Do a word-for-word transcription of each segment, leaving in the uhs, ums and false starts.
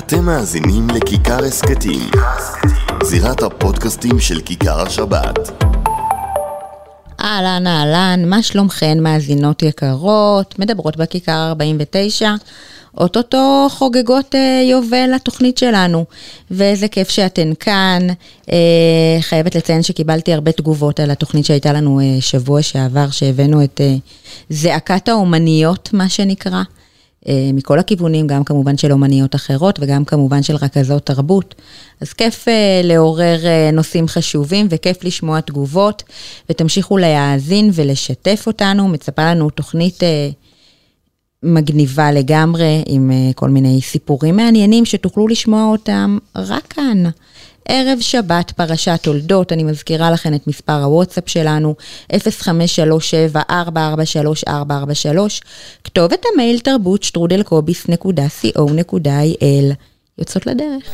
אתם מאזינים לכיכר הסקטים, זירת הפודקאסטים של כיכר השבת. אהלן, אהלן, מה שלומכן מאזינות יקרות, מדברות בכיכר ארבעים ותשע, אוטוטו חוגגות אה, יובל לתוכנית שלנו, ואיזה כיף שאתן כאן. אה, חייבת לציין שקיבלתי הרבה תגובות על התוכנית שהייתה לנו אה, שבוע שעבר, שהבאנו את אה, זעקת האומניות, מה שנקרא, אה, מכל הכיוונים, גם כמובן של אומניות אחרות, וגם כמובן של רכזות תרבות. אז כיף אה, לעורר אה, נושאים חשובים, וכיף לשמוע תגובות, ותמשיכו להאזין ולשתף אותנו. מצפה לנו תוכנית אה, מגניבה לגמרי, עם uh, כל מיני סיפורים מעניינים שתוכלו לשמוע אותם רק כאן. ערב שבת, פרשת תולדות, אני מזכירה לכם את מספר הוואטסאפ שלנו, אפס חמש שלוש שבע ארבע ארבע שלוש ארבע ארבע שלוש, כתובת המייל תרבות שטרודל קוביס נקודה סי או נקודה איי אל. יוצאות לדרך.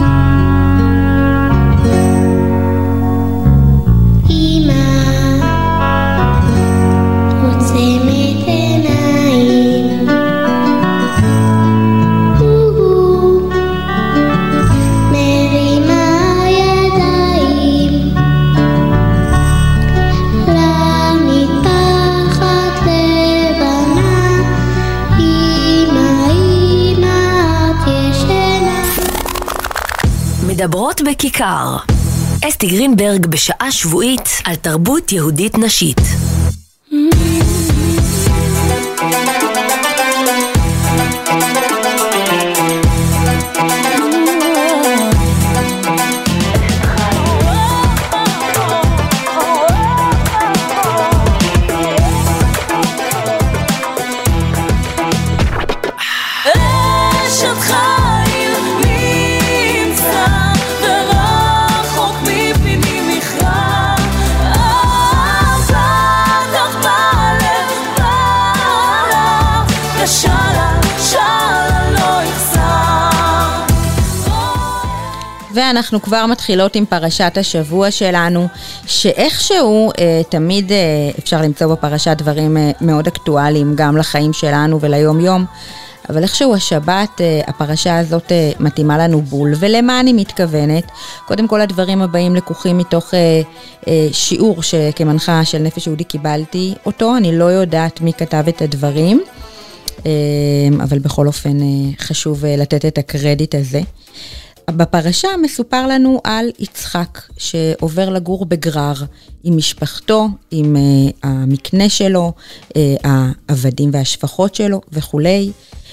מדברות בכיכר. אסתי גרינברג בשעה שבועית על תרבות יהודית נשית. ואנחנו כבר מתחילות עם פרשת השבוע שלנו, שאיכשהו אה, תמיד אה, אפשר למצוא בפרשת דברים אה, מאוד אקטואליים, גם לחיים שלנו וליום יום, אבל איכשהו השבת, אה, הפרשה הזאת אה, מתאימה לנו בול. ולמה אני מתכוונת? קודם כל הדברים הבאים לקוחים מתוך אה, אה, שיעור שכמנחה של נפש יהודי קיבלתי אותו, אני לא יודעת מי כתב את הדברים, אה, אבל בכל אופן אה, חשוב אה, לתת את הקרדיט הזה. בפרשה מסופר לנו על יצחק שעובר לגור בגרר עם משפחתו, עם uh, המקנה שלו, uh, העבדים והשפחות שלו וכולי,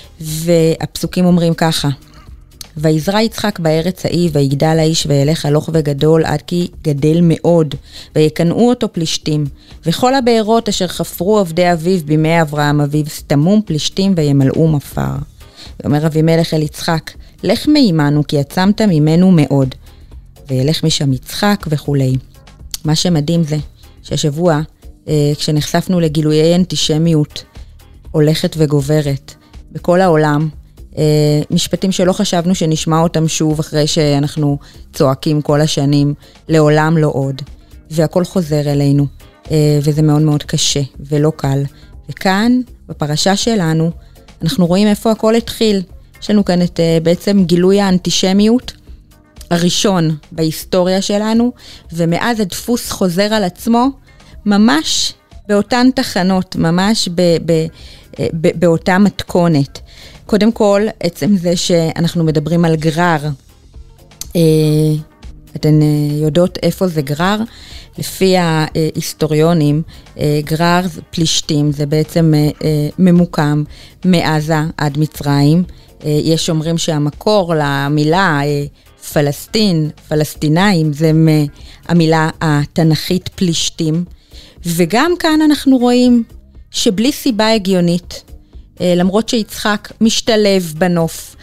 והפסוקים אומרים ככה: ויזרע יצחק בארץ ההיא ויגדל האיש וילך הלוך וגדול עד כי גדל מאוד, ויקנאו אותו פלישתים, וכל הבארות אשר חפרו עבדי אביו בימי אברהם אביו סתמום פלישתים וימלאו מפר. ואומר אבימלך אל יצחק: לך מעימנו כי עצמת ממנו מאוד, וילך משם יצחק וכולי. מה שמדהים זה שהשבוע, אה, כשנחשפנו לגילויי אנטישמיות הולכת וגוברת בכל העולם, אה, משפטים שלא חשבנו שנשמע אותם שוב אחרי שאנחנו צועקים כל השנים, לעולם לא עוד, והכל חוזר אלינו, אה, וזה מאוד מאוד קשה ולא קל. וכאן בפרשה שלנו אנחנו רואים איפה הכל התחיל. יש לנו כאן את בעצם גילוי האנטישמיות הראשון בהיסטוריה שלנו, ומאז הדפוס חוזר על עצמו ממש באותן תחנות, ממש ב, ב, ב, באותה מתכונת. קודם כל, עצם זה שאנחנו מדברים על גרר, אתן יודעות איפה זה גרר? לפי ההיסטוריונים, גרר פלישתים, זה בעצם ממוקם מעזה עד מצרים. יש אומרים שהמקור למילה פלסטין, פלסטינאים, זה המילה התנ"כית פלישתים. וגם כאן אנחנו רואים שבלי סיבה הגיונית, למרות שיצחק משתלב בנוף,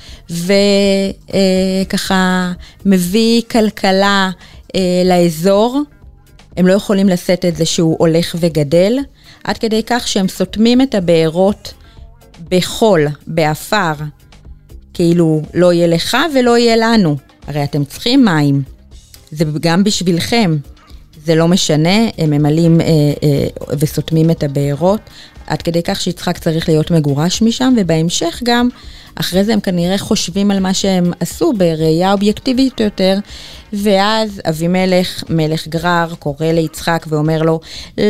וככה מביא כלכלה לאזור, הם לא יכולים לשאת את זה שהוא הולך וגדל, עד כדי כך שהם סותמים את הבארות בחול, באפר, כאילו לא יהיה לך ולא יהיה לנו. הרי אתם צריכים מים, זה גם בשבילכם, זה לא משנה, הם ממלאים אה, אה, וסותמים את הבארות, עד כדי כך שיצחק צריך להיות מגורש משם, ובהמשך גם, אחרי זה הם כנראה חושבים על מה שהם עשו בראייה אובייקטיבית יותר, ואז אבימלך, מלך גרר, קורא ליצחק ואומר לו,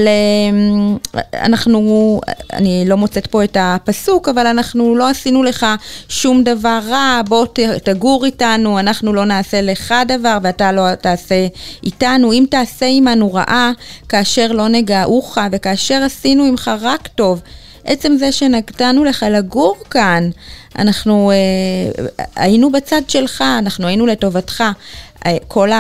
אנחנו, אני לא מוצאת פה את הפסוק, אבל אנחנו לא עשינו לך שום דבר רע, בוא תגור איתנו, אנחנו לא נעשה לך דבר, ואתה לא תעשה איתנו, אם תעשה עמנו רעה, כאשר לא נגעוך, וכאשר עשינו עמך רק טוב, עצם זה שנתנו לך לגור כאן, אנחנו אה, היינו בצד שלך, אנחנו היינו לטובתך. אה, כל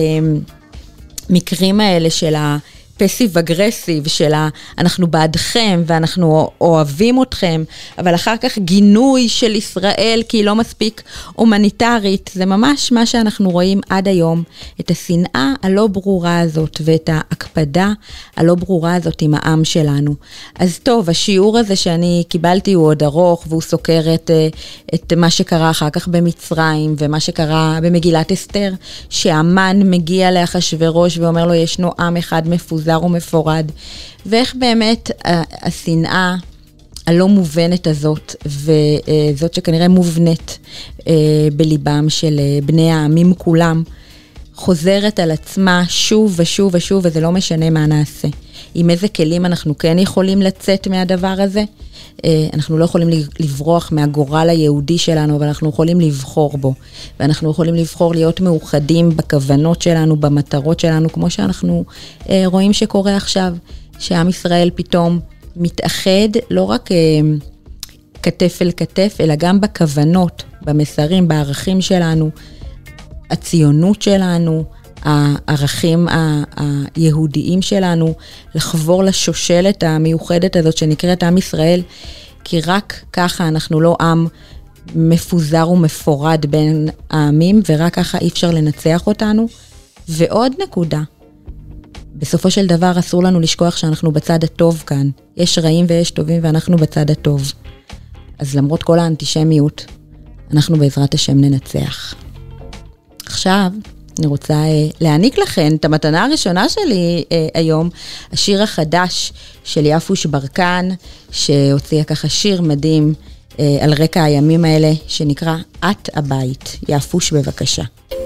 המקרים האלה של הפסיב אגרסיב, של ה, אנחנו בעדכם ואנחנו אוהבים אתכם, אבל אחר כך גינוי של ישראל כי היא לא מספיק הומניטרית, זה ממש מה שאנחנו רואים עד היום, את השנאה הלא ברורה הזאת ואת ההקפדה הלא ברורה הזאת עם העם שלנו. אז טוב, השיעור הזה שאני קיבלתי הוא עוד ארוך, והוא סוקר את, את מה שקרה אחר כך במצרים, ומה שקרה במגילת אסתר, שהמן מגיע לאחשוורוש ואומר לו ישנו עם אחד מפוזר ומפורד, ואיך באמת השנאה הלא מובנת הזאת, וזאת שכנראה מובנית בליבם של בני העמים כולם, חוזרת על עצמה שוב ושוב ושוב, וזה לא משנה מה נעשה. עם איזה כלים אנחנו כן יכולים לצאת מהדבר הזה, אנחנו לא יכולים לברוח מהגורל היהודי שלנו, אבל אנחנו יכולים לבחור בו, ואנחנו יכולים לבחור להיות מאוחדים בכוונות שלנו, במטרות שלנו, כמו שאנחנו רואים שקורה עכשיו, שעם ישראל פתאום מתאחד, לא רק כתף אל כתף, אלא גם בכוונות, במסרים, בערכים שלנו, הציונות שלנו, הערכים היהודיים שלנו, לחבור לשושלת המיוחדת הזאת שנקראת עם ישראל, כי רק ככה אנחנו לא עם מפוזר ומפורד בין העמים, ורק ככה אי אפשר לנצח אותנו. ועוד נקודה, בסופו של דבר אסור לנו לשכוח שאנחנו בצד הטוב כאן. יש רעים ויש טובים ואנחנו בצד הטוב. אז למרות כל האנטישמיות, אנחנו בעזרת השם ננצח. עכשיו, אני רוצה אה, להעניק לכם את המתנה הראשונה שלי אה, היום, השיר החדש של יפוש ברקן, שהוציאה ככה שיר מדהים אה, על רקע הימים האלה, שנקרא את הבית. יפוש בבקשה.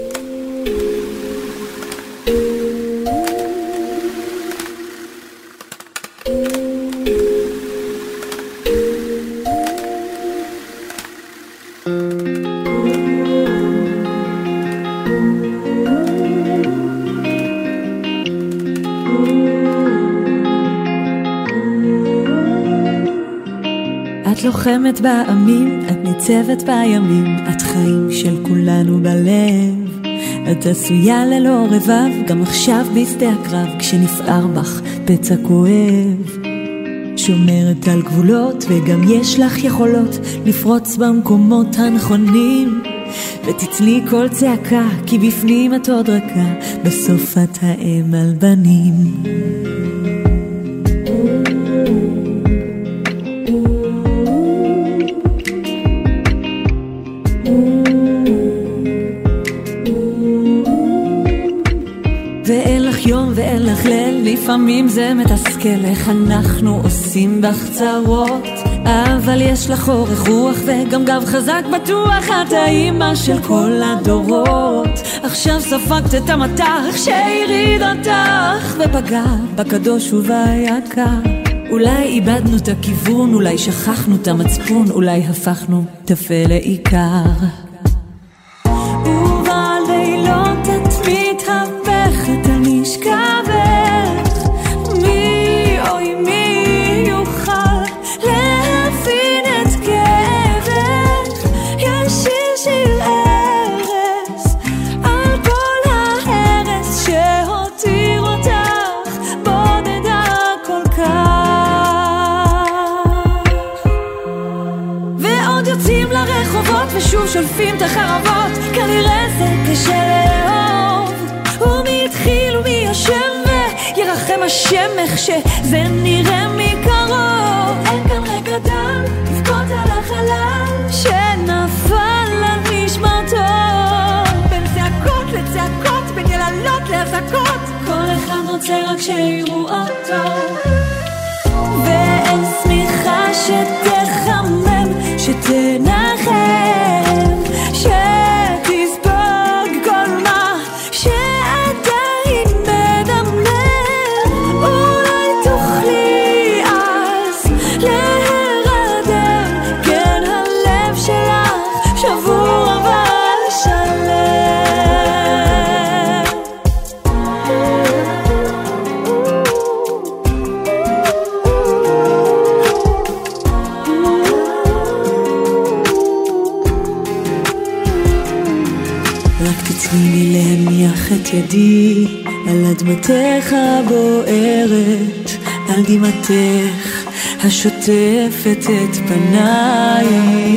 את לוחמת בעמים, את ניצבת בימים, את חיים של כולנו בלב. את עשויה ללא רבב, גם עכשיו בשדה הקרב, כשנפער בך פצע כואב. שומרת על גבולות, וגם יש לך יכולות לפרוץ במקומות הנכונים. ותצלי כל צעקה, כי בפנים את עוד רכה, בסוף את האם על בנים. ואין לך ליל, לפעמים זה מתסכל איך אנחנו עושים בחצרות, אבל יש לך אורך רוח וגם גב חזק בטוח, את האמא של כל הדורות. עכשיו ספגת את המתח שהיריד אותך ופגע בקדוש וביקר. אולי איבדנו את הכיוון, אולי שכחנו את המצפון, אולי הפכנו תפל לעיקר. ובלילות את מתהפכת על משכבך, מי אוי מי יוכל להבין את כאבך. יש שיר של ארס על כל ההרס שהותיר אותך בודדה כל כך. ועוד יוצאים לרחובות ושוב שולפים את החרבות, כנראה זה קשה לאהוב. ומי התחיל ומי ישם וירחם השמך שזה נראה מקרוב. אין כאן רגע דם לבכות על החלל שנפל על משמרתו. בין צעקות לצעקות, בין יללות להזעקות, כל אחד רוצה רוצה רק שיראו אותו, ואין שמיכה שתחמם, שתנחם, שתספוג כל מה שעדיין מדמם. אולי תוכלי אז להירדם, כן הלב שלך שבור אבל שלם. רק תתני לי להניח את ידי על אדמתך הבוערת, על דמעתך השוטפת את פניי.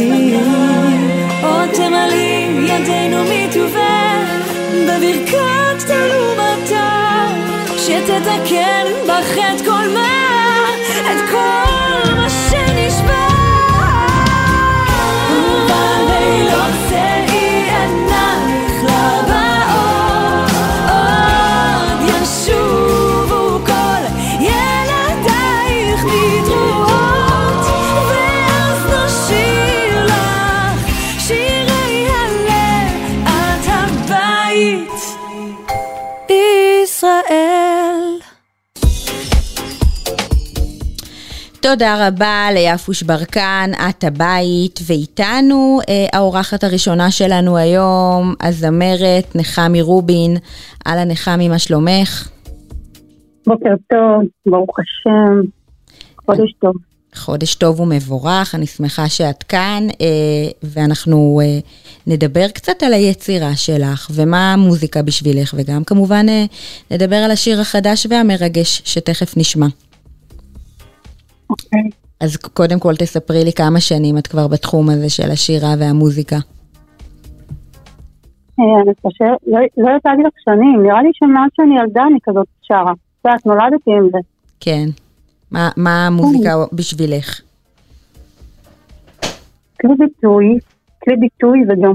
עוד תמלאי ידינו מטובך בברכת תלומתה, שתתקן בך את כל מה, את כל מה שנשבע. ובלילות שאי עינייך לבאות, עוד ישובו כל ילדייך מתרועות, ואז נשיר לך שירי הלב עד הבית ישראל. תודה רבה ליפוש ברקן, את הבית, ואיתנו אה, האורחת הראשונה שלנו היום, הזמרת נחמי רובין. אהלן נחמי, מה שלומך? בוקר טוב, ברוך השם, חודש טוב. חודש טוב ומבורך, אני שמחה שאת כאן, אה, ואנחנו אה, נדבר קצת על היצירה שלך, ומה המוזיקה בשבילך, וגם כמובן אה, נדבר על השיר החדש והמרגש שתכף נשמע. אוקיי. אז קודם כל תספרי לי כמה שנים את כבר בתחום הזה של השירה והמוזיקה. אני חושב, לא יודעת להגיד לך שנים, נראה לי שמאז שאני ילדה אני כזאת שרה. ואת נולדתי עם זה. כן. מה, מה המוזיקה בשבילך? כלי ביטוי, כלי ביטוי וגם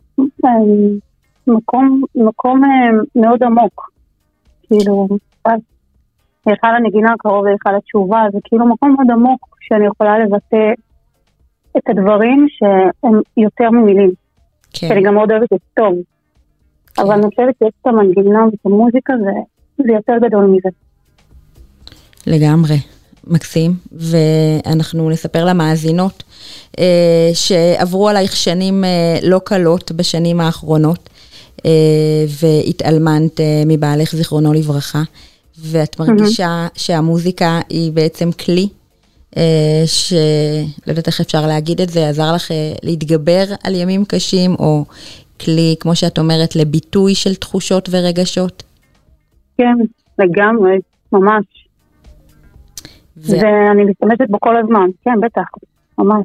מקום, מקום מאוד עמוק. כאילו, היכל הנגינה קרוב להיכל התשובה, זה כאילו מקום מאוד עמוק שאני יכולה לבטא את הדברים שהם יותר ממילים. כן. שאני גם מאוד אוהבת את טוב. כן. אבל אני חושבת שיש את המנגינה ואת המוזיקה, זה, זה יותר גדול מזה. לגמרי, מקסים. ואנחנו נספר למאזינות אה, שעברו עלייך שנים אה, לא קלות בשנים האחרונות, אה, והתעלמנת אה, מבעלך זיכרונו לברכה, ואת מרגישה mm-hmm. שהמוזיקה היא בעצם כלי, אה, שלא יודעת איך אפשר להגיד את זה, עזר לך אה, להתגבר על ימים קשים, או כלי, כמו שאת אומרת, לביטוי של תחושות ורגשות? כן, לגמרי, ממש. ו... ואני משתמשת בו כל הזמן, כן, בטח, ממש.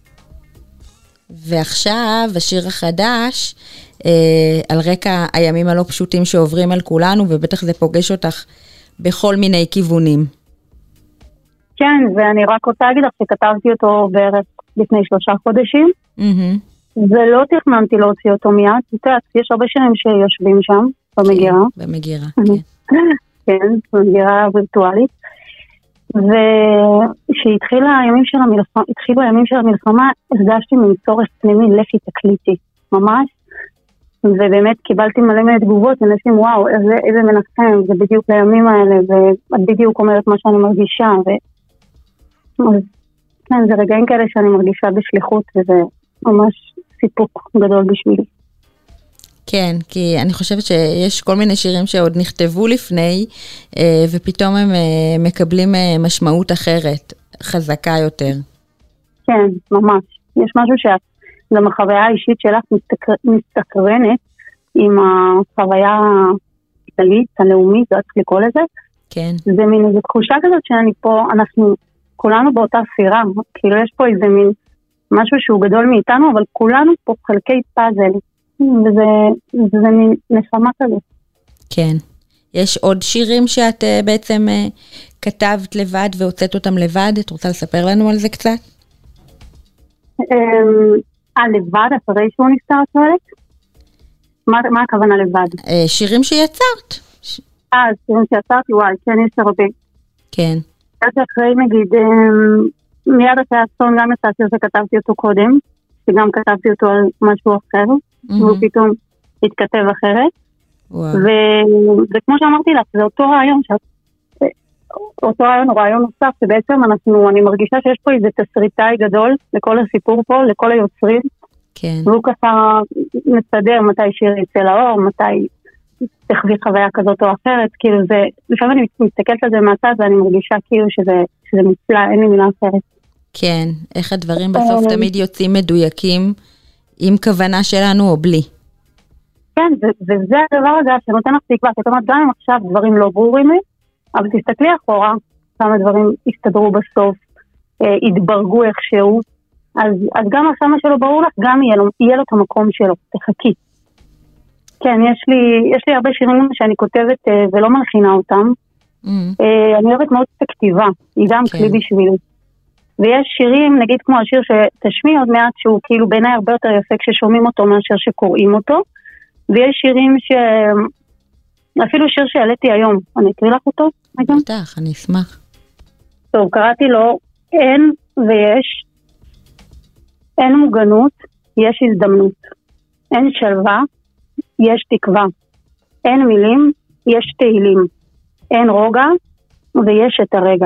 ועכשיו, השיר החדש, אה, על רקע הימים הלא פשוטים שעוברים על כולנו, ובטח זה פוגש אותך בכל מיני כיוונים. כן, ואני רק רוצה להגיד לך שכתבתי אותו בערך לפני שלושה חודשים, mm-hmm. ולא תכננתי להוציא אותו מיד, זאת אומרת, יש הרבה שירים שיושבים שם, במגירה. כן, במגירה, כן. כן, במגירה וירטואלית. וכשהתחילו הימים של המלחמה, התחילו הימים של המלחמה, הרגשתי מצורך פנימי, לכי תקליטי, ממש. ובאמת קיבלתי מלא מלא תגובות, ואנשים, וואו, איזה, איזה מנחם, זה בדיוק לימים האלה, ואת בדיוק אומרת מה שאני מרגישה, ו... אז, כן, זה רגעים כאלה שאני מרגישה בשליחות, וזה ממש סיפוק גדול בשבילי. כן, כי אני חושבת שיש כל מיני שירים שעוד נכתבו לפני, ופתאום הם מקבלים משמעות אחרת, חזקה יותר. כן, ממש. יש משהו שגם החוויה האישית שלך מסתקר... מסתקרנת עם החוויה הכללית, הלאומית, זה צריך לקרוא לזה. כן. זה מין איזו תחושה כזאת שאני פה, אנחנו כולנו באותה ספירה, כאילו יש פה איזה מין משהו שהוא גדול מאיתנו, אבל כולנו פה חלקי פאזל. וזה, וזה נשמה כזאת. כן. יש עוד שירים שאת uh, בעצם uh, כתבת לבד והוצאת אותם לבד? את רוצה לספר לנו על זה קצת? על לבד, אחרי שהוא נפטר, את שואלת? מה, מה הכוונה לבד? Uh, שירים שיצרת. אה, סירים שיצרתי, וואי, כן, יש הרבה. כן. אז אחרי, נגיד, מיד אחרי האסון גם יצאתי שכתבתי אותו קודם, שגם כתבתי אותו על משהו אחר, והוא פתאום התכתב אחרת. וכמו שאמרתי לך, זה אותו רעיון, אותו רעיון הוא רעיון נוסף, שבעצם אנחנו, אני מרגישה שיש פה איזה תסריטאי גדול לכל הסיפור פה, לכל היוצרים, והוא ככה מסדר מתי שיר יצא לאור, מתי תחווי חוויה כזאת או אחרת, כאילו זה, לפעמים אני מסתכלת על זה מהצד ואני מרגישה כאילו שזה, שזה מופלא, אין לי מילה אחרת. כן, איך הדברים בסוף תמיד יוצאים מדויקים, עם כוונה שלנו או בלי. כן, וזה הדבר הזה שנותן לך תקווה, זאת אומרת, גם אם עכשיו דברים לא ברורים לי, אבל תסתכלי אחורה, כמה דברים הסתדרו בסוף, התברגו איכשהו, אז, אז גם עכשיו מה שלא ברור לך, גם יהיה לו, יהיה לו את המקום שלו, תחכי. כן, יש לי, יש לי הרבה שירים שאני כותבת ולא מלחינה אותם. Mm. אני אוהבת מאוד את הכתיבה, היא גם כן. כלי בשבילי. ויש שירים, נגיד כמו השיר שתשמיע עוד מעט, שהוא כאילו בעיניי הרבה יותר יפה כששומעים אותו מאשר שקוראים אותו. ויש שירים ש... אפילו שיר שהעליתי היום, אני אקריא לך אותו? בטח, אני אשמח. טוב, קראתי לו, אין ויש, אין מוגנות, יש הזדמנות. אין שלווה, יש תקווה. אין מילים, יש תהילים. אין רוגע, ויש את הרגע.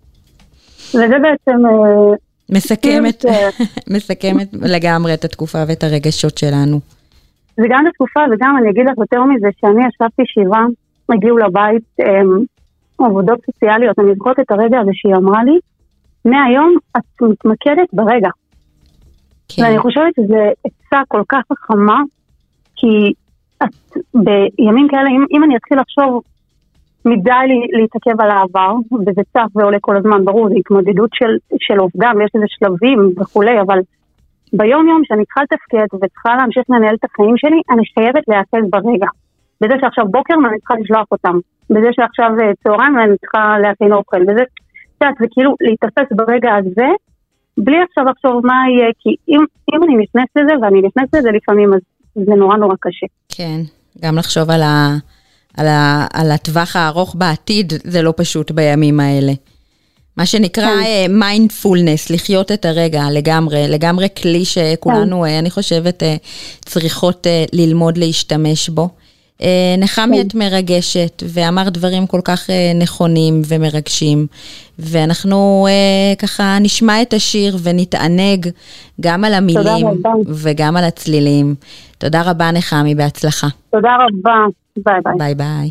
וזה בעצם... מסכמת, מסכמת לגמרי את התקופה ואת הרגשות שלנו. זה גם התקופה, וגם אני אגיד לך יותר מזה, שאני ישבתי שבעה, הגיעו לבית עבודות סוציאליות, אני זוכרת את הרגע הזה שהיא אמרה לי, מהיום את מתמקדת ברגע. כן. ואני חושבת שזה עצה כל כך חכמה, כי את, בימים כאלה, אם, אם אני אתחיל לחשוב מדי לי, להתעכב על העבר, וזה צח ועולה כל הזמן, ברור, זה התמודדות של, של עובדה, ויש איזה שלבים וכולי, אבל ביום יום שאני צריכה לתפקד וצריכה להמשיך לנהל את החיים שלי, אני חייבת להיעקב ברגע. בזה שעכשיו בוקר אני צריכה לשלוח אותם, בזה שעכשיו צהריים אני צריכה להכין אוכל, בזה, זה כאילו להתאפס ברגע הזה, בלי עכשיו לחשוב מה יהיה, כי אם, אם אני נכנס לזה, ואני נכנס לזה לפעמים, אז זה נורא נורא קשה. כן, גם לחשוב על, ה, על, ה, על הטווח הארוך בעתיד, זה לא פשוט בימים האלה. מה שנקרא מיינדפולנס, לחיות את הרגע לגמרי, לגמרי כלי שכולנו, אני חושבת, צריכות ללמוד להשתמש בו. נחמי את מרגשת, ואמר דברים כל כך נכונים ומרגשים, ואנחנו ככה נשמע את השיר ונתענג גם על המילים וגם על הצלילים. תודה רבה נחמי, בהצלחה. תודה רבה, ביי ביי. ביי ביי.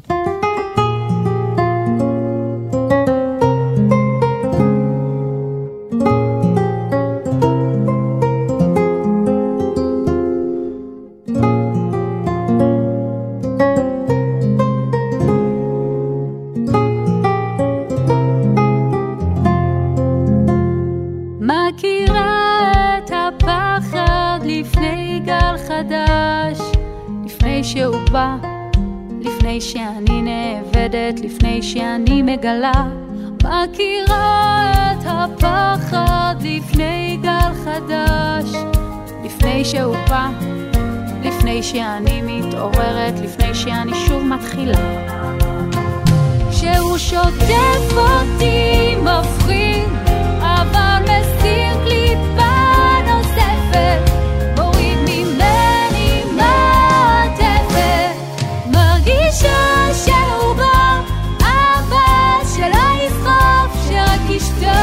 שהוא בא, לפני שאני נאבדת, לפני שאני מגלה, מכירה את הפחד לפני גל חדש, לפני שהוא בא, לפני שאני מתעוררת, לפני שאני שוב מתחילה, שהוא שוטף אותי מפחיד, אבל מסיר קליפה נוספת, מוריד ממני מעטפת, מרגישה שהוא בא, אבל שלא יסחוף, שרק ישתוק,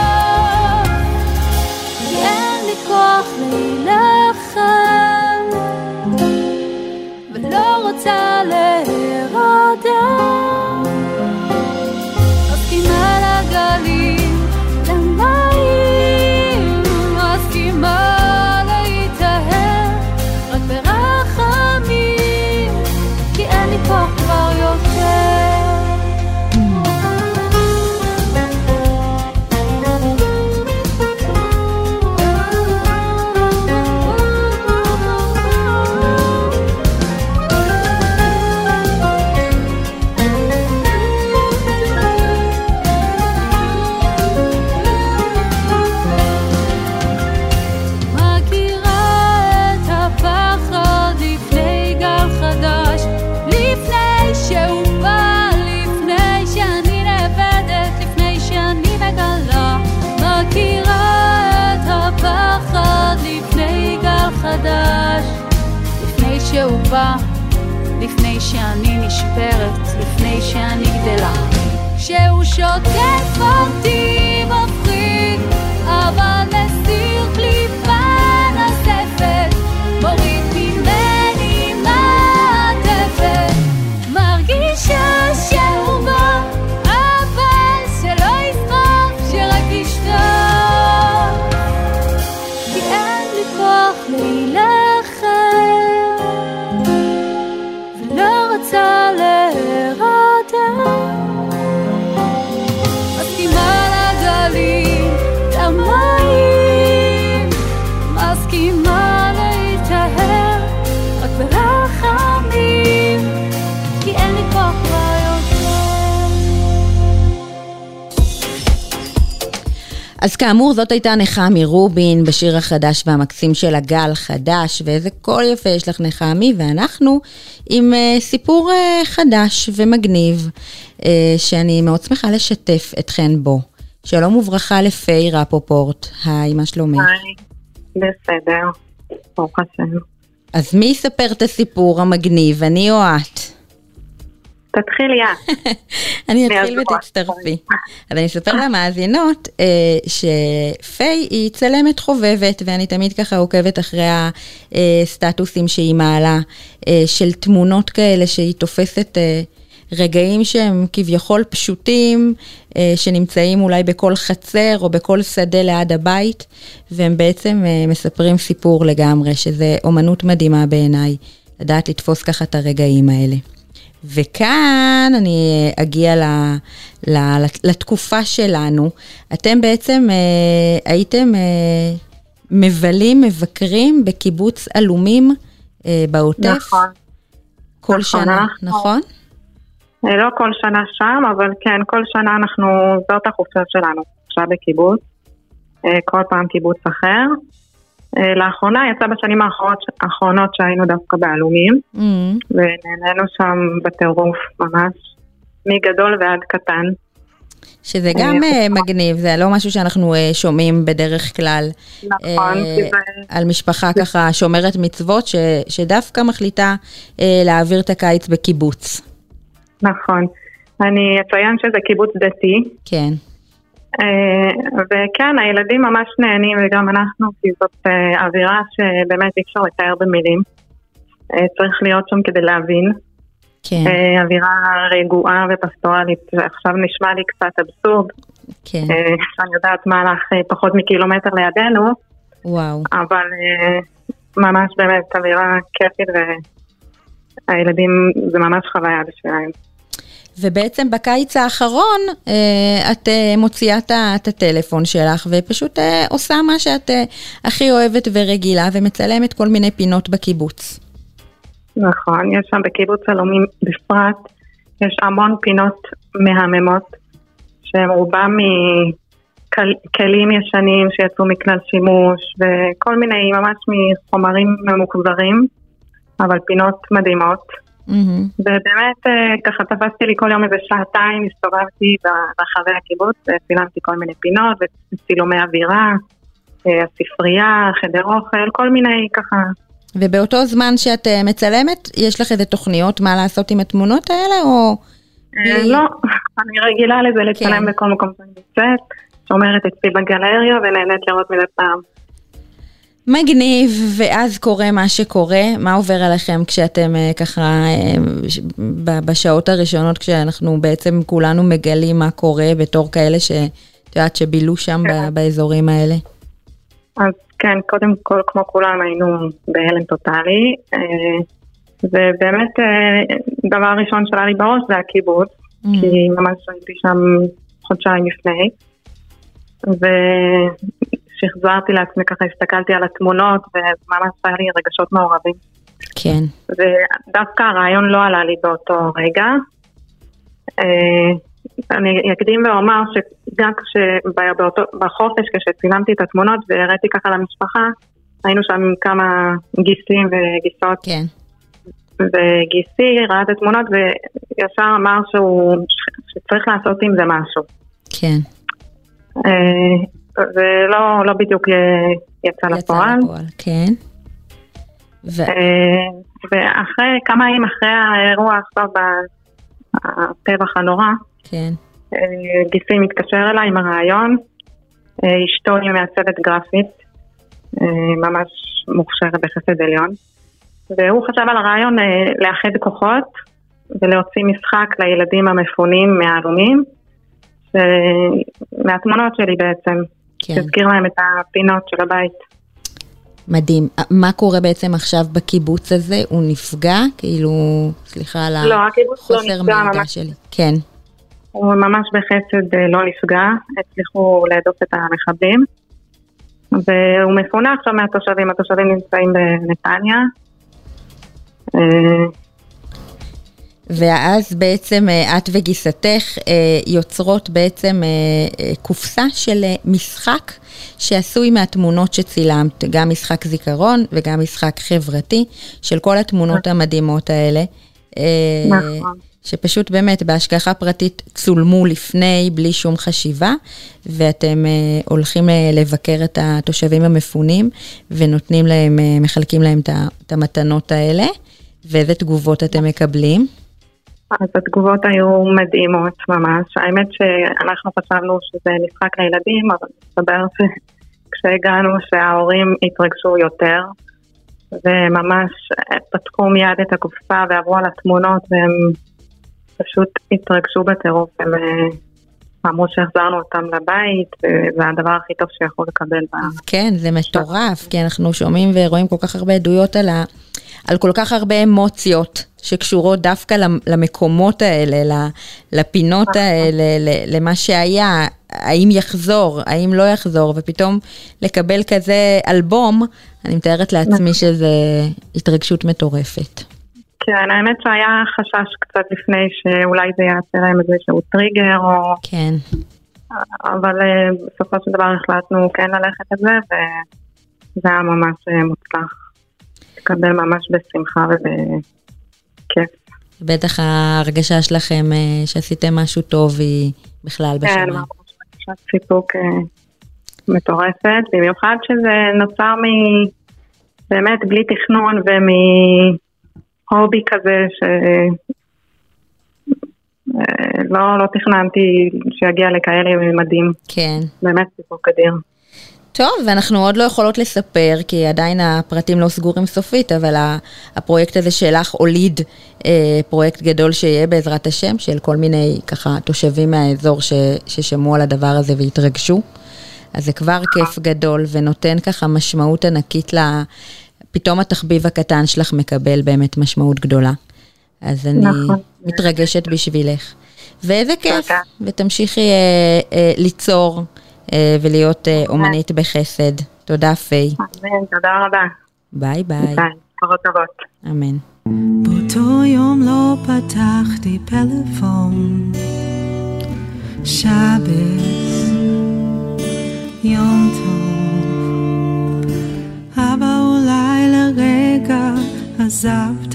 כי אין לי כוח להילחם, ולא רוצה להירדם, מסכימה לגלים, למים, מסכימה לים. שהוא בא לפני שאני נשברת, לפני שאני גדלה. כשהוא שוטף אותי מפחיד, אבל מסיר קליפה נוספת, מוריד ממני מעטפת. מרגישה שהוא בא, אבל שלא ישמח, שרק ישתוק, כי אין לי כוח להילחם, ולא רצה להירדם. מסכימה לגלים, למים, מסכימה להתאהב, רק ברחמים, כי אין לי כוח ליותר. אז כאמור, זאת הייתה נחמי רובין בשיר החדש והמקסים של הגל חדש, ואיזה קול יפה יש לך נחמי, ואנחנו עם uh, סיפור uh, חדש ומגניב, uh, שאני מאוד שמחה לשתף אתכן בו. שלום וברכה לפי רפופורט, היי, מה שלומך? היי, בסדר, ברוך השם. אז מי יספר את הסיפור המגניב, אני או את? תתחילי את. אני אתחיל ותצטרפי. אז אני אספר למאזינות שפי היא צלמת חובבת, ואני תמיד ככה עוקבת אחרי הסטטוסים שהיא מעלה, של תמונות כאלה שהיא תופסת רגעים שהם כביכול פשוטים, שנמצאים אולי בכל חצר או בכל שדה ליד הבית, והם בעצם מספרים סיפור לגמרי, שזה אומנות מדהימה בעיניי, לדעת לתפוס ככה את הרגעים האלה. וכאן אני אגיע ל, ל, לתקופה שלנו. אתם בעצם אה, הייתם אה, מבלים, מבקרים בקיבוץ אלומים אה, בעוטף? נכון. כל נכון, שנה, אנחנו, נכון? לא כל שנה שם, אבל כן, כל שנה אנחנו, זאת החופשה שלנו, חופשה בקיבוץ, אה, כל פעם קיבוץ אחר. לאחרונה יצא בשנים האחרונות, האחרונות שהיינו דווקא באלומים, mm. ונהנינו שם בטירוף ממש, מגדול ועד קטן. שזה גם מגניב, זה לא משהו שאנחנו שומעים בדרך כלל. נכון. על משפחה ככה שומרת מצוות, שדווקא מחליטה להעביר את הקיץ בקיבוץ. נכון. אני אציין שזה קיבוץ דתי. כן. וכן, הילדים ממש נהנים, וגם אנחנו, כי זאת אווירה שבאמת אי אפשר לתאר במילים. צריך להיות שם כדי להבין. כן. אווירה רגועה ופסטורלית, עכשיו נשמע לי קצת אבסורד. כן. שאני יודעת מה הלך פחות מקילומטר לידינו. וואו. אבל ממש באמת אווירה כיפית, והילדים זה ממש חוויה בשבילם. ובעצם בקיץ האחרון, את מוציאה את הטלפון שלך, ופשוט עושה מה שאת הכי אוהבת ורגילה, ומצלמת כל מיני פינות בקיבוץ. נכון, יש שם בקיבוץ אלומים בפרט, יש המון פינות מהממות, שהם רובם מכלים ישנים שיצאו מכלל שימוש, וכל מיני ממש מחומרים ממוחזרים, אבל פינות מדהימות. ובאמת ככה תפסתי לי כל יום איזה שעתיים, הסתובבתי ברחבי הקיבוץ, צילמתי כל מיני פינות וצילומי אווירה, הספרייה, חדר אוכל, כל מיני ככה. ובאותו זמן שאת מצלמת, יש לך איזה תוכניות מה לעשות עם התמונות האלה או? לא, אני רגילה לזה לצלם בכל מקום שאני יוצאת, שומרת אצלי בגלריה ונהנית לראות מדי פעם. מגניב, ואז קורה מה שקורה, מה עובר עליכם כשאתם ככה בשעות הראשונות, כשאנחנו בעצם כולנו מגלים מה קורה בתור כאלה שאת יודעת שבילו שם באזורים האלה? אז כן, קודם כל כמו כולם היינו בהלם טוטלי, ובאמת דבר ראשון שלה לי בראש זה הקיבוץ, כי ממש הייתי שם חודשיים לפני, ו... שחזרתי לעצמי ככה, הסתכלתי על התמונות, וממש היה לי רגשות מעורבים. כן. ודווקא הרעיון לא עלה לי באותו רגע. אני אקדים ואומר שגם בחופש, כשצילמתי את התמונות, והראיתי ככה למשפחה, היינו שם עם כמה גיסים וגיסות. כן. וגיסי ראה את התמונות, וישר אמר שהוא, שצריך לעשות עם זה משהו. כן. ולא לא בדיוק יצא לפועל. כן. ו... ואחרי, כמה ימים אחרי האירוע עכשיו בטבח הנורא, כן. גיסי מתקשר אליי עם הרעיון, אשתו היא מעצבת גרפית, ממש מוכשרת בחסד עליון, והוא חשב על הרעיון לאחד כוחות ולהוציא משחק לילדים המפונים מהעלומים, מהתמונות שלי בעצם, כן. תזכיר להם את הפינות של הבית. מדהים. מה קורה בעצם עכשיו בקיבוץ הזה? הוא נפגע? כאילו, סליחה על לא, הקיבוץ לא נפגע ממש. שלי. כן. הוא ממש בחסד לא נפגע, הצליחו להדוף את המחבלים, והוא מפונה עכשיו מהתושבים, התושבים נמצאים בנתניה. ואז בעצם את וגיסתך יוצרות בעצם קופסה של משחק שעשוי מהתמונות שצילמת, גם משחק זיכרון וגם משחק חברתי של כל התמונות המדהימות האלה. נכון. שפשוט באמת בהשגחה פרטית צולמו לפני בלי שום חשיבה, ואתם uh, הולכים uh, לבקר את התושבים המפונים, ונותנים להם, uh, מחלקים להם את המתנות האלה, ואיזה תגובות אתם מקבלים? אז התגובות היו מדהימות ממש, האמת שאנחנו חשבנו שזה משחק לילדים, אבל מסתבר שכשהגענו שההורים התרגשו יותר, וממש פתחו מיד את הקופסה ועברו על התמונות, והם פשוט התרגשו בטירוף, הם אמרו שהחזרנו אותם לבית, וזה הדבר הכי טוב שיכול לקבל. כן, זה מטורף, כי אנחנו שומעים ורואים כל כך הרבה עדויות על, ה, על כל כך הרבה אמוציות, שקשורות דווקא למקומות האלה, לפינות האלה, למה שהיה, האם יחזור, האם לא יחזור, ופתאום לקבל כזה אלבום, אני מתארת לעצמי שזה התרגשות מטורפת. כן, האמת שהיה חשש קצת לפני שאולי זה יעשה להם איזשהו טריגר, או... כן. אבל בסופו של דבר החלטנו כן ללכת את זה, וזה היה ממש מוצלח. לקבל ממש בשמחה ובכיף. בטח ההרגשה שלכם שעשיתם משהו טוב היא בכלל בשנה. כן, ממש הרגשת סיפוק מטורפת, במיוחד שזה נוצר מ... באמת בלי תכנון ומ... הובי כזה שלא לא תכננתי שיגיע לכאלה ממדים. כן. באמת סיפוק אדיר. טוב, ואנחנו עוד לא יכולות לספר, כי עדיין הפרטים לא סגורים סופית, אבל הפרויקט הזה שלך הוליד פרויקט גדול שיהיה בעזרת השם, של כל מיני ככה תושבים מהאזור ששמעו על הדבר הזה והתרגשו. אז זה כבר כיף גדול ונותן ככה משמעות ענקית ל... פתאום התחביב הקטן שלך מקבל באמת משמעות גדולה. אז אני נכון. מתרגשת בשבילך. ואיזה כיף. תודה. ותמשיכי אה, אה, ליצור אה, ולהיות אה, אומנית בחסד. תודה פי. אמן, תודה רבה. ביי ביי. ביי, פרות טובות. אמן. באותו יום לא פתחתי פלאפון, שבס, יום טוב, אבל אולי לרגע עזבת,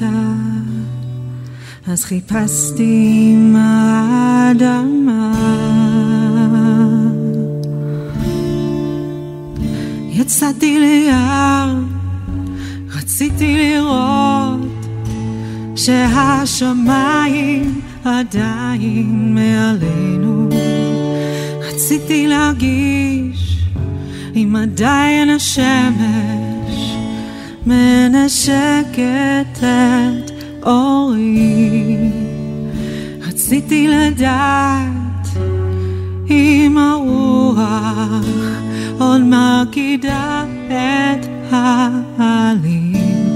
אז חיפשתי עם האדמה. יצאתי ליער, רציתי לראות שהשמיים עדיין מעלינו, רציתי להרגיש אם עדיין השמש מנשקת את אורי, רציתי לדעת אם הרוח עוד מרקידה את העלים,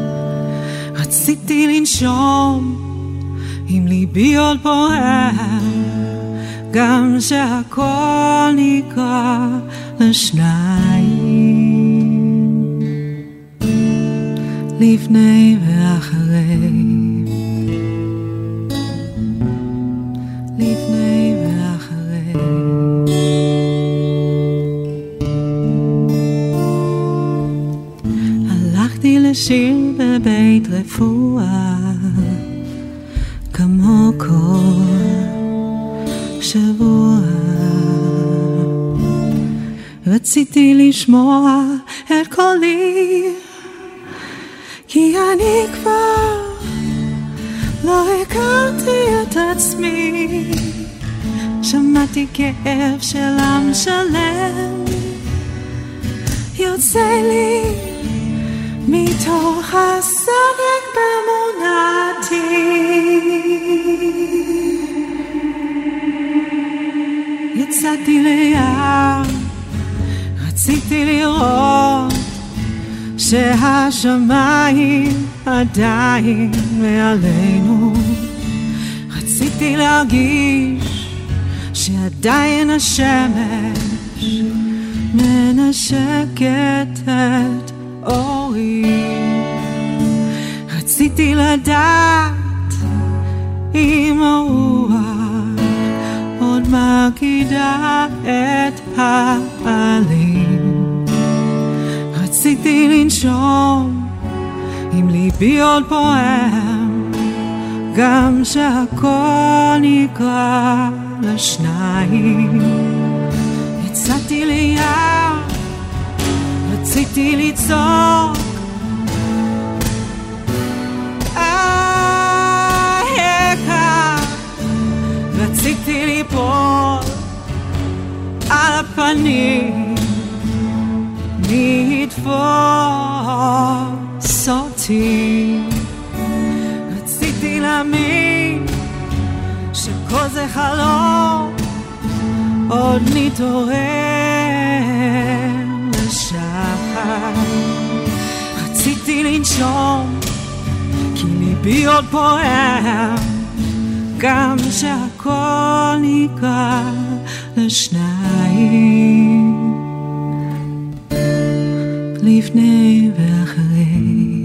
רציתי לנשום עם ליבי עוד פועם, גם שהכל נקרא לשניים, לפני ואחרי, לפני ואחרי. הלכתי לשיר בבית רפואה כמו כל שבוע, רציתי לשמוע את קולי, כי אני כבר לא הכרתי את עצמי, שמעתי כאב של עם שלם יוצא לי מתוך הסדק במונעתי. יצאתי ליער, רציתי לראות שהשמיים עדיין מעלינו, רציתי להרגיש שעדיין השמש מנשקת את אורי, רציתי לדעת אם הרוח עוד מרקידה את העלים, רציתי לנשום עם ליבי עוד פועם, גם שהכל נקרא לשניים. יצאתי ליער, רציתי לצעוק אהה, רציתי ליפול על הפנים, מי יתפוס אותי, רציתי להאמין שכל זה חלום, עוד נתעורר לשחר, רציתי לנשום כי ליבי עוד פועם, גם שהכל נקרא לשניים, לפני ואחרי.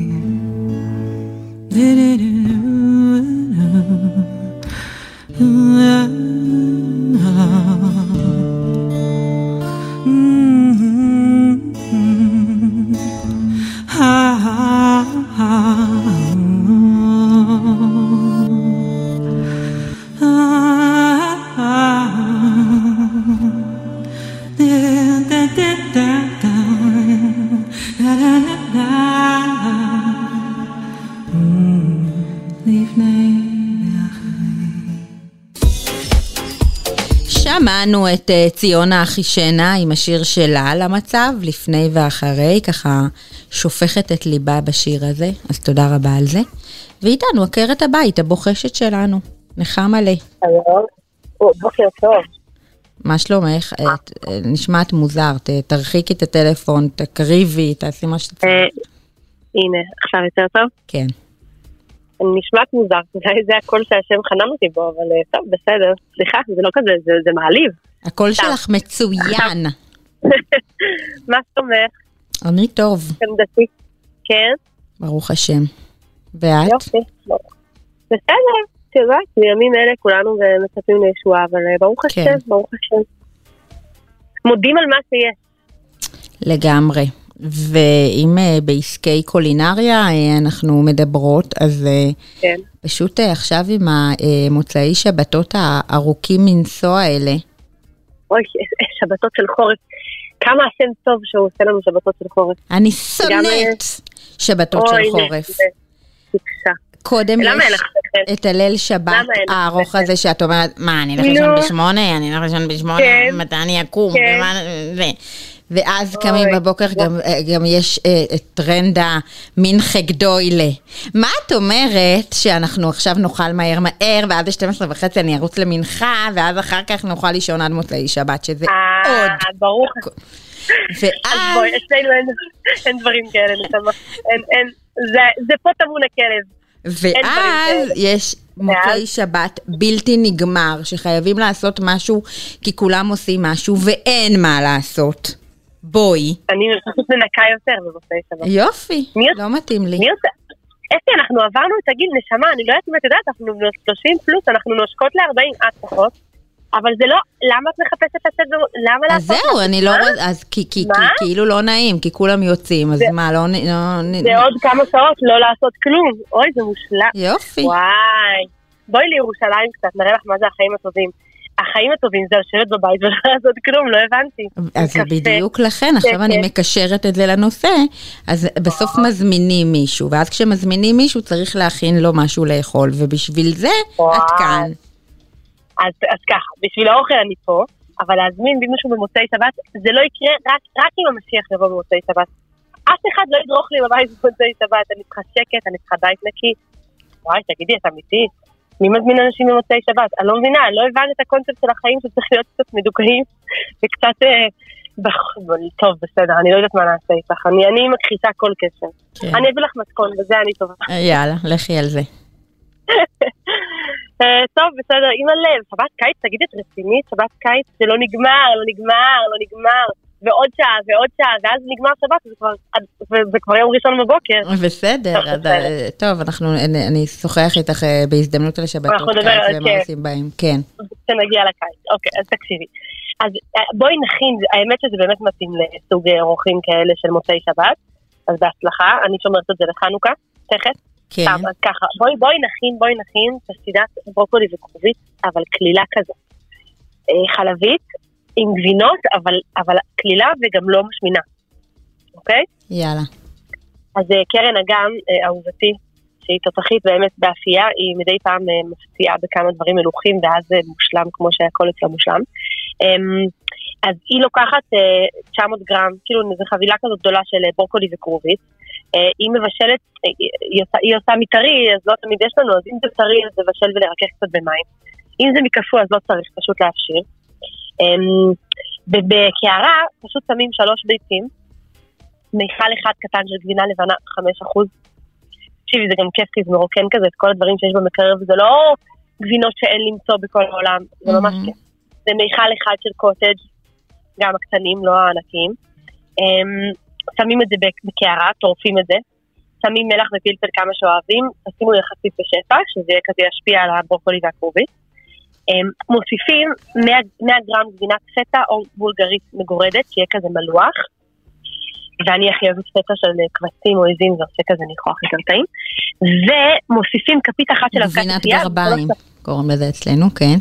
שמענו את ציונה אחישנה עם השיר שלה למצב, לפני ואחרי, ככה שופכת את ליבה בשיר הזה, אז תודה רבה על זה. ואיתנו עקרת הבית, הבוחשת שלנו, נחם מלא. שלום, בוקר טוב. מה שלומך? נשמעת מוזר, תרחיקי את הטלפון, תקריבי, תעשי מה שתצא. הנה, עכשיו יותר טוב? כן. אני נשמעת מוזר, זה הקול שהשם חנן אותי בו, אבל טוב, בסדר. סליחה, זה לא כזה, זה, זה מעליב. הקול שלך מצוין. מה סומך? אני טוב. עמדתי. כן? ברוך השם. ואת? יופי. בסדר, תראה, בימים אלה כולנו מצפים לישועה, אבל ברוך השם, ברוך השם. מודים על מה שיש. לגמרי. ואם בעסקי קולינריה אנחנו מדברות, אז כן. פשוט עכשיו עם המוצאי שבתות הארוכים מנסוע האלה. אוי, שבתות של חורף. כמה השם טוב שהוא עושה לנו שבתות של חורף. אני שונאת שבתות של חורף. קודם יש את הליל שבת הארוך הזה שאת אומרת, מה, אני הולך לישון בשמונה, אני הולך לישון בשמונה, מתי אני אקום, ואז קמים בבוקר גם יש את טרנד המנחה גדוילה. מה את אומרת שאנחנו עכשיו נאכל מהר מהר, ואז ב-שתים עשרה וחצי אני ארוץ למנחה, ואז אחר כך נאכל לישון עד מוצאי שבת, שזה עוד. ברוך. ואז... בואי, אצלנו אין דברים כאלה, זה פה טמון הכלב. ואז יש מוצאי שבת בלתי נגמר, שחייבים לעשות משהו, כי כולם עושים משהו, ואין מה לעשות. בואי. אני פשוט מנקה יותר במוצאי שבת. יופי, לא מתאים לי. מי עושה? אפי, אנחנו עברנו את הגיל, נשמה, אני לא יודעת אם את יודעת, אנחנו שלושים פלוס, אנחנו נושקות ל-ארבעים עד פחות, אבל זה לא, למה את מחפשת לצאת, למה לעשות? אז זהו, אני לא, אז כאילו לא נעים, כי כולם יוצאים, אז מה, לא... זה עוד כמה שעות לא לעשות כלום, אוי, זה מושלם. יופי. וואי, בואי לירושלים קצת, נראה לך מה זה החיים הטובים. החיים הטובים זה לשבת בבית ולא לעשות כלום, לא הבנתי. אז זה בדיוק לכן, עכשיו אני מקשרת את זה לנושא, אז בסוף מזמינים מישהו, ואז כשמזמינים מישהו צריך להכין לו משהו לאכול, ובשביל זה את כאן. אז, אז ככה, בשביל האוכל אני פה, אבל להזמין מישהו במוצאי שבת, זה לא יקרה רק, רק אם המשיח יבוא במוצאי שבת. אף אחד לא ידרוך לי בבית במוצאי שבת, אני צריכה שקט, אני צריכה בית נקי. וואי, תגידי, את אמיתי? מי מזמין אנשים במוצאי שבת? אני לא מבינה, אני לא הבנתי את הקונספט של החיים שצריך להיות קצת מדוכאים, וקצת, אה, בח... טוב, בסדר, אני לא יודעת מה נעשה איתך, אני, אני מכחיסה כל קשר. כן. אני אביא לך מתכון, וזה אני טובה. יאללה, לכי על זה. טוב, בסדר, עם הלב, שבת קיץ, תגידי את רצינית, שבת קיץ, זה לא נגמר, לא נגמר, לא נגמר, ועוד שעה, ועוד שעה, ואז נגמר שבת, זה כבר יום ראשון בבוקר. בסדר, טוב, אנחנו, אני שוחח איתך בהזדמנות לשבתות קיץ, ומה עושים בהם, כן. שנגיע לקיץ, אוקיי, אז תקשיבי. אז בואי נכין, האמת שזה באמת מתאים לסוג אורחים כאלה של מוצאי שבת, אז בהצלחה, אני שומרת את זה לחנוכה, תכף. כן. טוב, אז ככה, בואי, בואי נכין, בואי נכין, תסידת ברוקולי וכרובית, אבל כלילה כזו. חלבית, עם גבינות, אבל, אבל כלילה וגם לא משמינה. אוקיי? יאללה. אז קרן אגם, אהובתי, שהיא תותחית באמת באפייה, היא מדי פעם מפציעה בכמה דברים מלוכים, ואז זה מושלם כמו שהכל אצלה מושלם. אז היא לוקחת תשע מאות גרם, כאילו זו חבילה כזאת גדולה של ברוקולי וכרובית, היא מבשלת, היא עושה, היא עושה מטרי, אז לא תמיד יש לנו, אז אם זה טרי, אז לבשל ולרקח קצת במים. אם זה מקפוא, אז לא צריך פשוט להפשיר. בקערה, פשוט שמים שלוש ביצים, מיכל אחד קטן של גבינה לבנה, חמש אחוז. תקשיבי, זה גם כיף, כי זה מרוקן כזה, את כל הדברים שיש במקרר, וזה לא גבינות שאין למצוא בכל העולם, זה ממש כיף. זה מיכל אחד של קוטג', גם הקטנים, לא הענקים. שמים את זה בקערה, טורפים את זה, שמים מלח ופלפל כמה שאוהבים, תשימו יחסית בשפע, שזה כזה ישפיע על הברוקולי והכרובית. מוסיפים מאה גרם גבינת פטה או בולגרית מגורדת, שיהיה כזה מלוח, ואני הכי אוהבת פטה של כבשים או עזים, זה עושה כזה ניחוח יותר טעים, ומוסיפים כפית אחת של אבקת גבינת גרביים, קוראים לזה אצלנו, כן.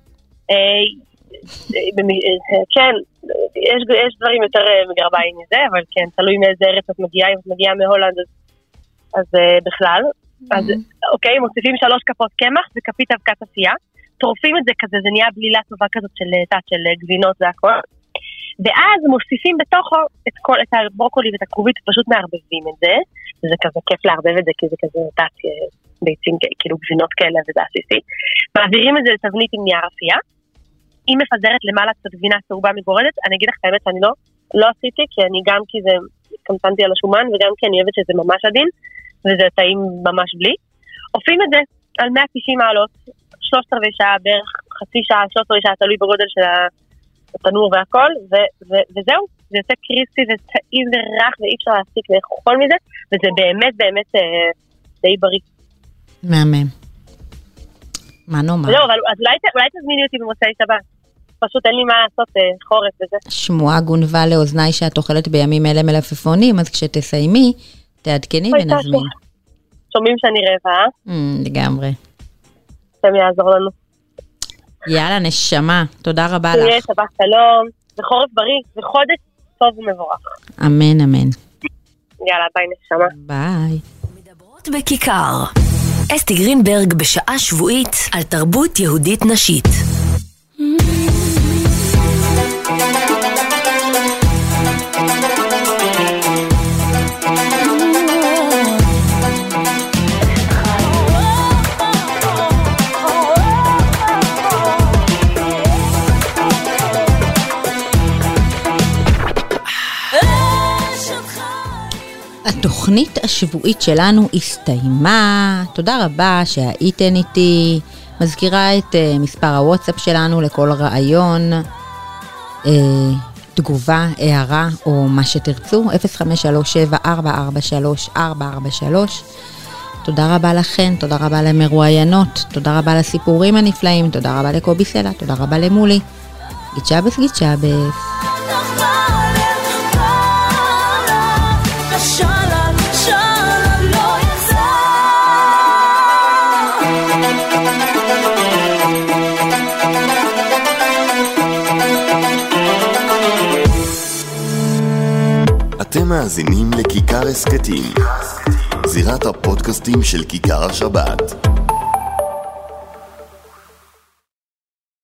כן, יש, יש דברים יותר מגרביים מזה, אבל כן, תלוי מאיזה ארץ את מגיעה, אם את מגיעה מהולנד, אז, אז בכלל. אז אוקיי, מוסיפים שלוש כפות קמח וכפית אבקת עשייה, טורפים את זה כזה, זה נהיה בלילה טובה כזאת של תת של גבינות והכל, ואז מוסיפים בתוכו את, כל, את הברוקולי ואת הכרובית, פשוט מערבבים את זה, וזה כזה כיף לערבב את זה, כי זה כזה תת ביצים, כאילו גבינות כאלה וזה עסיסי, מעבירים את זה לתבנית עם נייר אפייה, היא מפזרת למעלה קצת גבינה צהובה מגורדת, אני אגיד לך את האמת שאני לא, לא עשיתי, כי אני גם כי זה, קמפנתי על השומן, וגם כי אני אוהבת שזה ממש עדין, וזה טעים ממש בלי. עופים את זה על מאה ותשעים מעלות, שלושת רבעי שעה, בערך חצי שעה, שלושת רבעי שעה, תלוי בגודל של התנור והכל, ו- ו- וזהו, זה יוצא קריספי וטעים ורח, ואי אפשר להספיק לאכול מזה, וזה באמת באמת אה, די בריא. מהמם. מה נאמר? לא, אבל אז אולי, אולי תזמיני אותי במוצאי שבת. פשוט אין לי מה לעשות אה, חורף וזה. שמועה גונבה לאוזניי שאת אוכלת בימים אלה מלפפונים, אז כשתסיימי, תעדכני ונזמין. שומעים שאני רבע, אה? לגמרי. אתם יעזור לנו. יאללה, נשמה. תודה רבה לך. תהיה, שבת שלום, וחורף בריא, וחודש טוב ומבורך. אמן, אמן. יאללה, ביי נשמה. ביי. מדברות בכיכר. אסתי גרינברג בשעה שבועית על תרבות יהודית נשית. התוכנית השבועית שלנו הסתיימה, תודה רבה שהייתן איתי, מזכירה את uh, מספר הוואטסאפ שלנו לכל רעיון, uh, תגובה, הערה או מה שתרצו, אפס חמש שלוש שבע ארבע ארבע שלוש ארבע ארבע שלוש. תודה רבה לכן, תודה רבה למרואיינות, תודה רבה לסיפורים הנפלאים, תודה רבה לקובי סלע, תודה רבה למולי. גיצ'אבס גיצ'אבס. מאזינים לכיכר הסקטים, זירת הפודקאסטים של כיכר השבת.